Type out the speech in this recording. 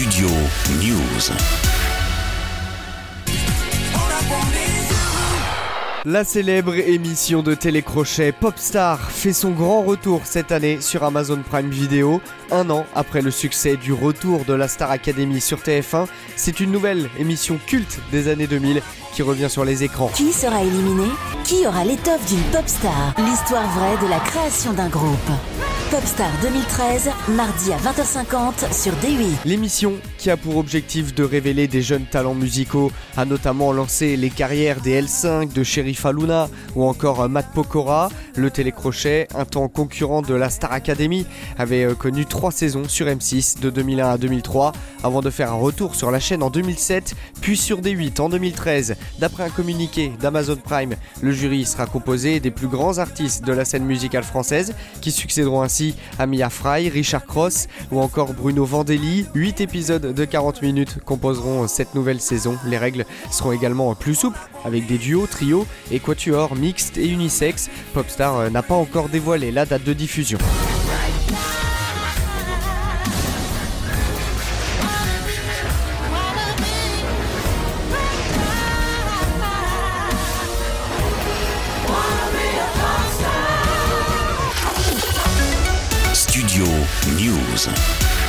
Studio News. La célèbre émission de télécrochet Popstar fait son grand retour cette année sur Amazon Prime Video. Un an après le succès du retour de la Star Academy sur TF1, c'est une nouvelle émission culte des années 2000 qui revient sur les écrans. Qui sera éliminé ? Qui aura l'étoffe d'une Popstar ? L'histoire vraie de la création d'un groupe. Popstar 2013, mardi à 20h50 sur D8. L'émission, qui a pour objectif de révéler des jeunes talents musicaux, a notamment lancé les carrières des L5, de Sheriff Aluna ou encore Matt Pokora. Le télécrochet, un temps concurrent de la Star Academy, avait connu 3 saisons sur M6 de 2001 à 2003, avant de faire un retour sur la chaîne en 2007, puis sur D8 en 2013. D'après un communiqué d'Amazon Prime, le jury sera composé des plus grands artistes de la scène musicale française, qui succéderont ainsi à Mia Fry, Richard Cross ou encore Bruno Vandelli. 8 épisodes de 40 minutes composeront cette nouvelle saison. Les règles seront également plus souples, avec des duos, trios et quatuors mixtes et unisex. Popstar n'a pas encore dévoilé la date de diffusion. Studio News.